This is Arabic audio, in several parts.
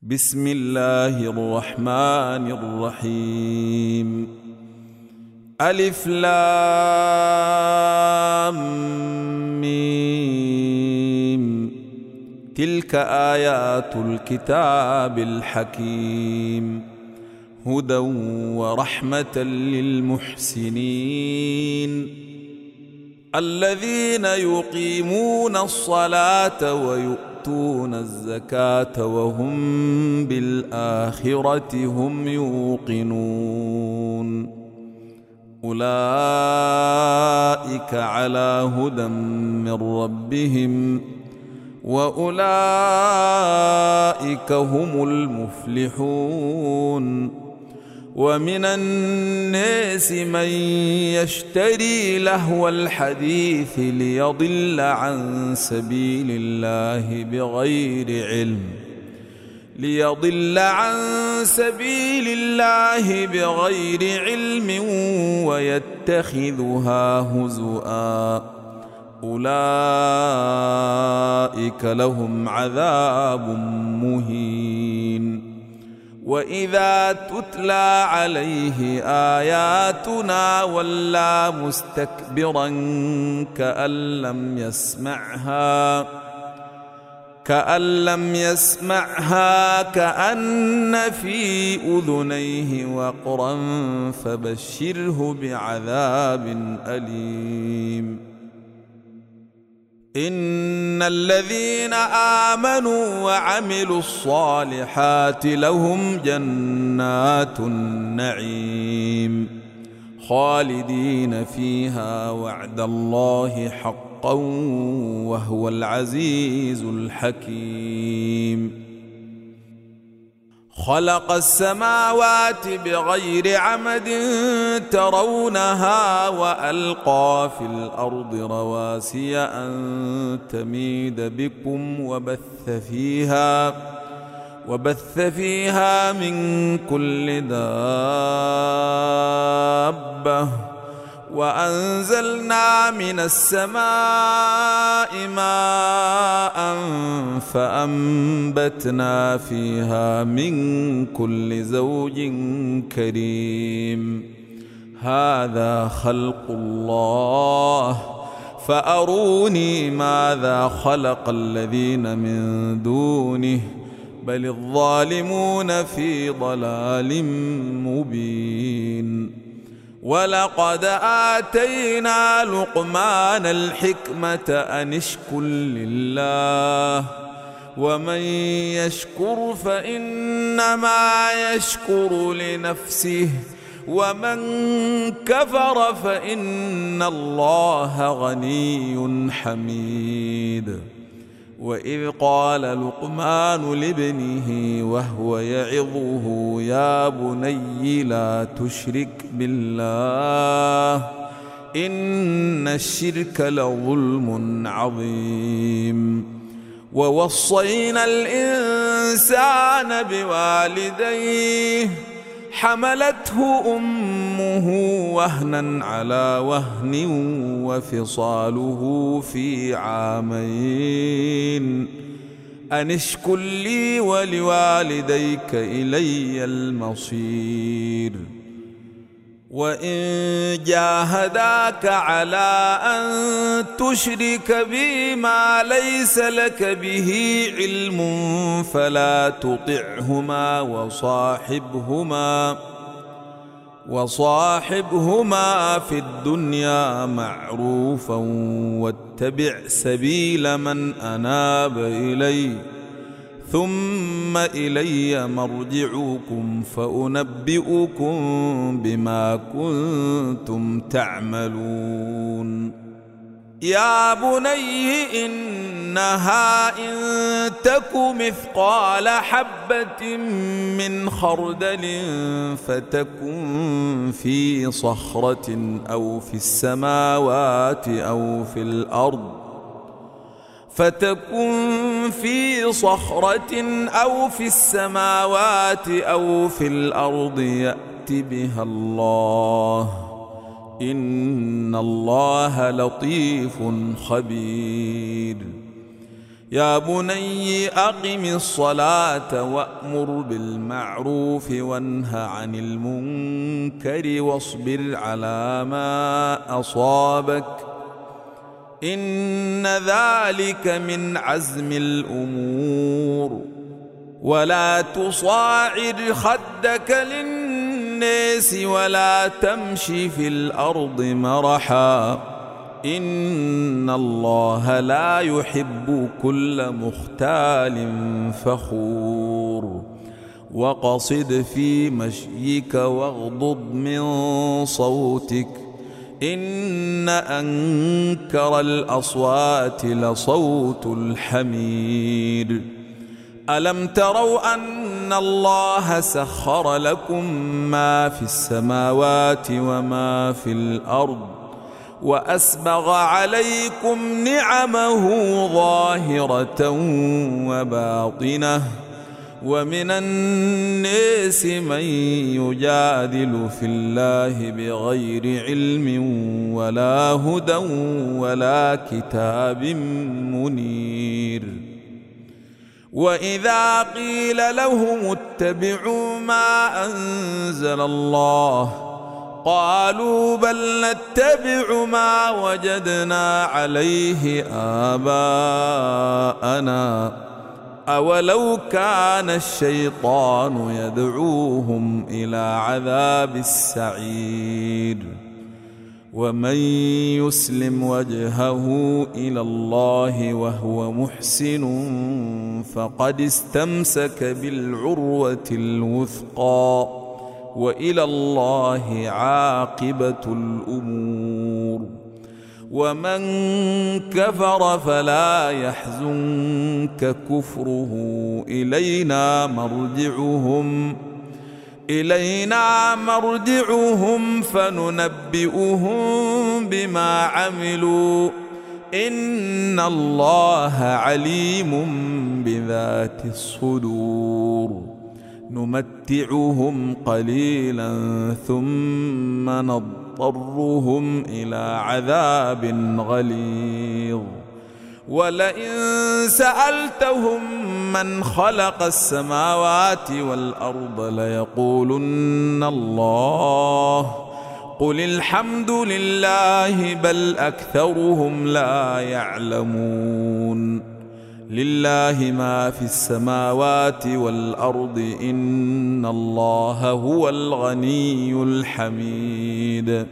بسم الله الرحمن الرحيم. ألف لام ميم. تلك آيات الكتاب الحكيم، هدى ورحمة للمحسنين الذين يقيمون الصلاة ويؤتون الزكاة وهم بالآخرة هم يوقنون. أولئك على هدى من ربهم وأولئك هم المفلحون. ومن الناس من يشتري لهو الحديث ليضل عن سبيل الله بغير علم ويتخذها هزؤا. أولئك لهم عذاب مهين. وإذا تتلى عليه آياتنا ولى مستكبرا كأن لم يسمعها كأن في أذنيه وقرا فبشره بعذاب أليم. إن الذين آمنوا وعملوا الصالحات لهم جنات النعيم خالدين فيها وعد الله حقا وهو العزيز الحكيم. خلق السماوات بغير عمد ترونها وألقى في الأرض رواسي أن تميد بكم وبث فيها من كل دابة وأنزلنا من السماء ماء فأنبتنا فيها من كل زوج كريم. هذا خلق الله فأروني ماذا خلق الذين من دونه بل الظالمون في ضلال مبين. ولقد آتينا لقمان الحكمة أن اشكر لله ومن يشكر فإنما يشكر لنفسه ومن كفر فإن الله غني حميد. وإذ قال لقمان لابنه وهو يعظه يا بني لا تشرك بالله إن الشرك لظلم عظيم. ووصينا الإنسان بوالديه حملته أمه وهنا على وهن وفصاله في عامين أن اشكر لي ولوالديك إلي المصير. وإن جاهداك على أن تشرك بي ما ليس لك به علم فلا تطعهما وصاحبهما في الدنيا معروفا واتبع سبيل من أناب إلي ثم إلي مرجعكم فأنبئكم بما كنتم تعملون. يا بني إنها إن تك مثقال حبة من خردل فتكن في صخرة أو في السماوات أو في الأرض يأت بها الله إن الله لطيف خبير. يا بني أقم الصلاة وأمر بالمعروف وانه عن المنكر واصبر على ما أصابك إن ذلك من عزم الأمور ولا تصاعر خدك للناس ولا تمشي في الأرض مرحا إن الله لا يحب كل مختال فخور وقصد في مشيك واغضض من صوتك إن أنكر الأصوات لصوت الحمير ألم تروا أن الله سخر لكم ما في السماوات وما في الأرض وأسبغ عليكم نعمه ظاهرة وباطنة ومن الناس من يجادل في الله بغير علم ولا هدى ولا كتاب منير وإذا قيل لهم اتبعوا ما أنزل الله قالوا بل نتبع ما وجدنا عليه آباءنا أولو كان الشيطان يدعوهم إلى عذاب السعير ومن يسلم وجهه إلى الله وهو محسن فقد استمسك بالعروة الوثقى وإلى الله عاقبة الأمور ومن كفر فلا يحزنك كفره إلينا مرجعهم فننبئهم بما عملوا إن الله عليم بذات الصدور نمتعهم قليلا ثم نضطرهم إلى عذاب غليظ ولئن سألتهم من خلق السماوات والأرض ليقولن الله قل الحمد لله بل أكثرهم لا يعلمون لله ما في السماوات والأرض إن الله هو الغني الحميد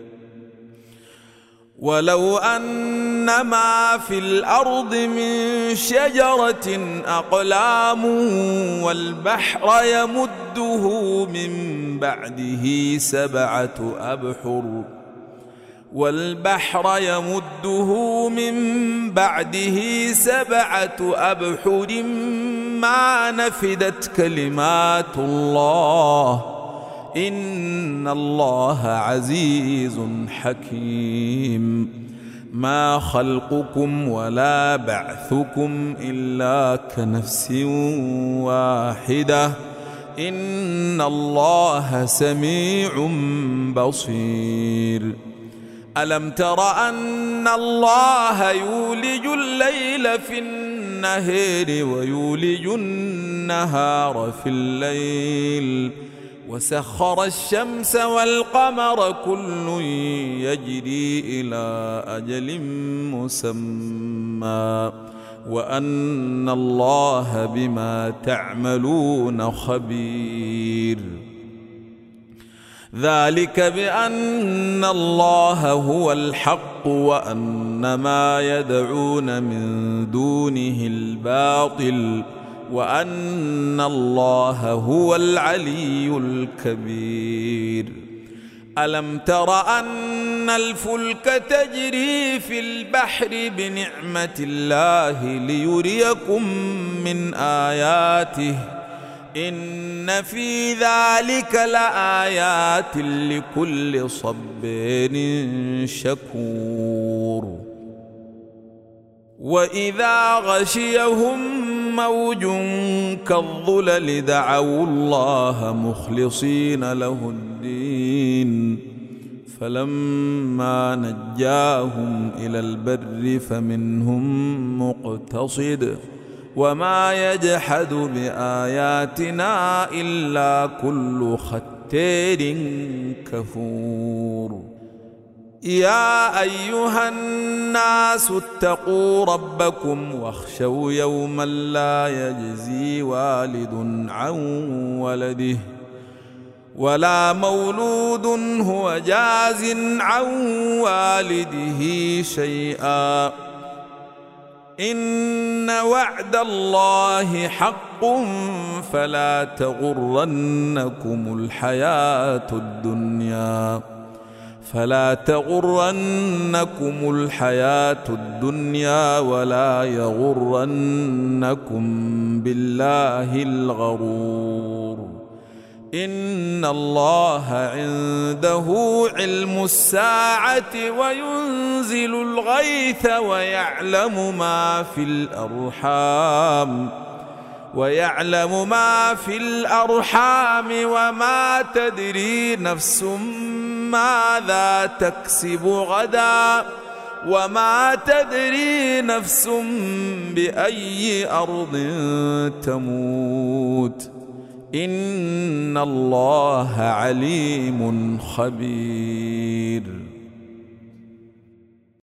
ولو أن ما في الأرض من شجرة أقلام والبحر يمده من بعده سبعة أبحر ما نفدت كلمات الله إن الله عزيز حكيم ما خلقكم ولا بعثكم إلا كنفس واحدة إن الله سميع بصير ألم تر أن الله يولج الليل في النهار ويولج النهار في الليل وسخر الشمس والقمر كل يجري إلى أجل مسمى وأن الله بما تعملون خبير ذلك بأن الله هو الحق وأن ما يدعون من دونه الباطل وأن الله هو العلي الكبير ألم تر أن الفلك تجري في البحر بنعمة الله ليريكم من آياته إن في ذلك لآيات لكل صبار شكور وإذا غشيهم موج كالظلل دعوا الله مخلصين له الدين فلما نجاهم إلى البر فمنهم مقتصد وما يجحد بآياتنا إلا كل ختار كفور. يا أيها الناس اتقوا ربكم واخشوا يوما لا يجزي والد عن ولده ولا مولود هو جاز عن والده شيئا إن وعد الله حق فلا تغرنكم الحياة الدنيا ولا يغرنكم بالله الغرور. إن الله عنده علم الساعة وينزل الغيث ويعلم ما في الأرحام وما تدري نفس ماذا تكسب غدا وما تدري نفس بأي أرض تموت إن الله عليم خبير.